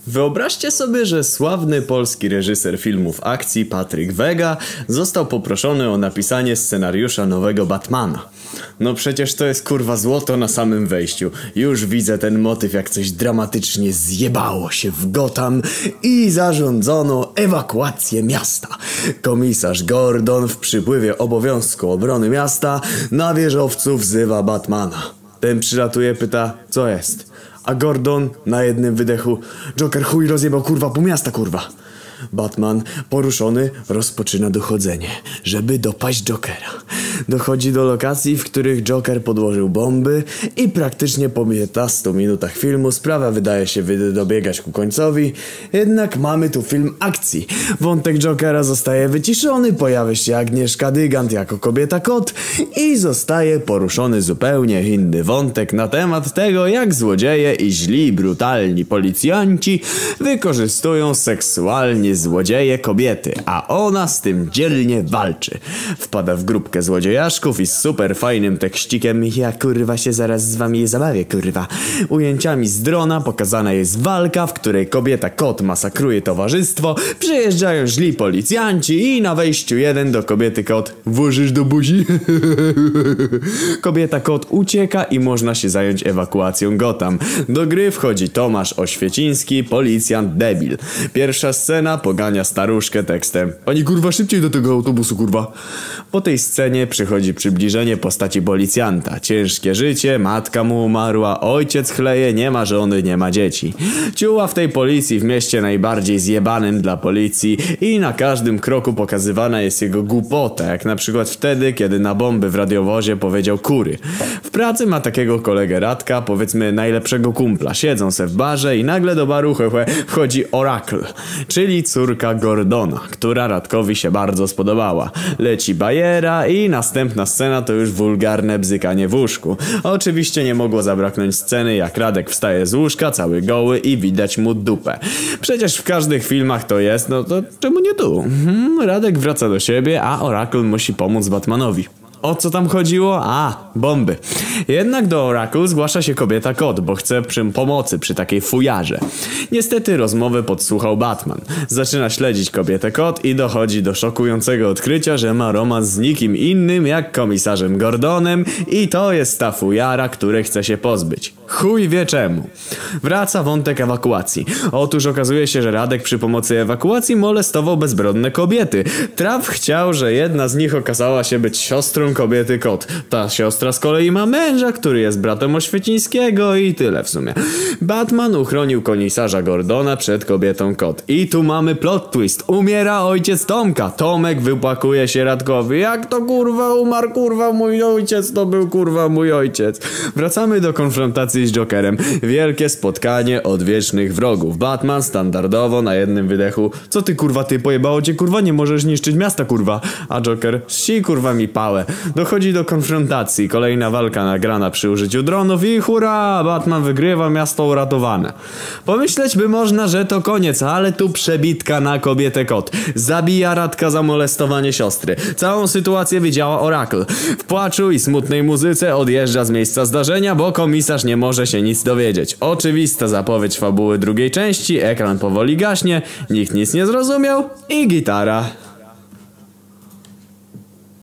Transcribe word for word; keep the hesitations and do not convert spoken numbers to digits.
Wyobraźcie sobie, że sławny polski reżyser filmów akcji Patryk Wega został poproszony o napisanie scenariusza nowego Batmana. No przecież to jest kurwa złoto na samym wejściu. Już widzę ten motyw, jak coś dramatycznie zjebało się w Gotham i zarządzono ewakuację miasta. Komisarz Gordon w przypływie obowiązku obrony miasta na wieżowcu wzywa Batmana. Ten przylatuje, pyta, co jest? A Gordon na jednym wydechu: Joker chuj rozjebał kurwa pół miasta kurwa. Batman poruszony rozpoczyna dochodzenie, żeby dopaść Jokera. Dochodzi do lokacji, w których Joker podłożył bomby i praktycznie po piętnastu minutach filmu sprawa wydaje się dobiegać ku końcowi. Jednak mamy tu film akcji. Wątek Jokera zostaje wyciszony, pojawia się Agnieszka Dygant jako kobieta kot i zostaje poruszony zupełnie inny wątek na temat tego, jak złodzieje i źli, brutalni policjanci wykorzystują seksualnie złodzieje kobiety, a ona z tym dzielnie walczy. Wpada w grupkę złodziejaszków i z super fajnym tekścikiem: ja kurwa się zaraz z wami zabawię kurwa. Ujęciami z drona pokazana jest walka, w której kobieta kot masakruje towarzystwo, przyjeżdżają źli policjanci i na wejściu jeden do kobiety kot: włożysz do buzi? Kobieta kot ucieka i można się zająć ewakuacją Gotham. Do gry wchodzi Tomasz Oświeciński, policjant debil. Pierwsza scena pogania staruszkę tekstem: pani kurwa szybciej do tego autobusu kurwa. Po tej scenie przychodzi przybliżenie postaci policjanta. Ciężkie życie, matka mu umarła, ojciec chleje, nie ma żony, nie ma dzieci. Ciuła w tej policji w mieście najbardziej zjebanym dla policji i na każdym kroku pokazywana jest jego głupota, jak na przykład wtedy, kiedy na bomby w radiowozie powiedział kury. W pracy ma takiego kolegę Radka, powiedzmy najlepszego kumpla. Siedzą se w barze i nagle do baru he, he, wchodzi Oracle, czyli córka Gordona, która Radkowi się bardzo spodobała. Leci bajera i następna scena to już wulgarne bzykanie w łóżku. Oczywiście nie mogło zabraknąć sceny, jak Radek wstaje z łóżka cały goły i widać mu dupę. Przecież w każdych filmach to jest, no to czemu nie tu? Hmm, Radek wraca do siebie, a Oracle musi pomóc Batmanowi. O co tam chodziło? A, bomby. Jednak do Oracle zgłasza się kobieta kot, bo chce przy pomocy przy takiej fujarze. Niestety rozmowę podsłuchał Batman. Zaczyna śledzić kobietę kot i dochodzi do szokującego odkrycia, że ma romans z nikim innym jak komisarzem Gordonem i to jest ta fujara, której chce się pozbyć. Chuj wie czemu. Wraca wątek ewakuacji. Otóż okazuje się, że Radek przy pomocy ewakuacji molestował bezbronne kobiety. Traf chciał, że jedna z nich okazała się być siostrą kobiety kot. Ta siostra z kolei ma męża, który jest bratem Oświecińskiego i tyle w sumie. Batman uchronił komisarza Gordona przed kobietą kot. I tu mamy plot twist. Umiera ojciec Tomka. Tomek wypłakuje się Radkowi: jak to kurwa umarł, kurwa mój ojciec, to był kurwa mój ojciec. Wracamy do konfrontacji z Jokerem. Wielkie spotkanie odwiecznych wrogów. Batman standardowo na jednym wydechu: co ty kurwa, ty pojebało cię kurwa, nie możesz niszczyć miasta kurwa. A Joker: ści kurwa mi pałę. Dochodzi do konfrontacji. Kolejna walka nagrana przy użyciu dronów i hurra! Batman wygrywa, miasto uratowane. Pomyśleć by można, że to koniec, ale tu przebitka na kobietę kot. Zabija Radka za molestowanie siostry. Całą sytuację widziała Oracle. W płaczu i smutnej muzyce odjeżdża z miejsca zdarzenia, bo komisarz nie może się nic dowiedzieć. Oczywista zapowiedź fabuły drugiej części, ekran powoli gaśnie, nikt nic nie zrozumiał i gitara.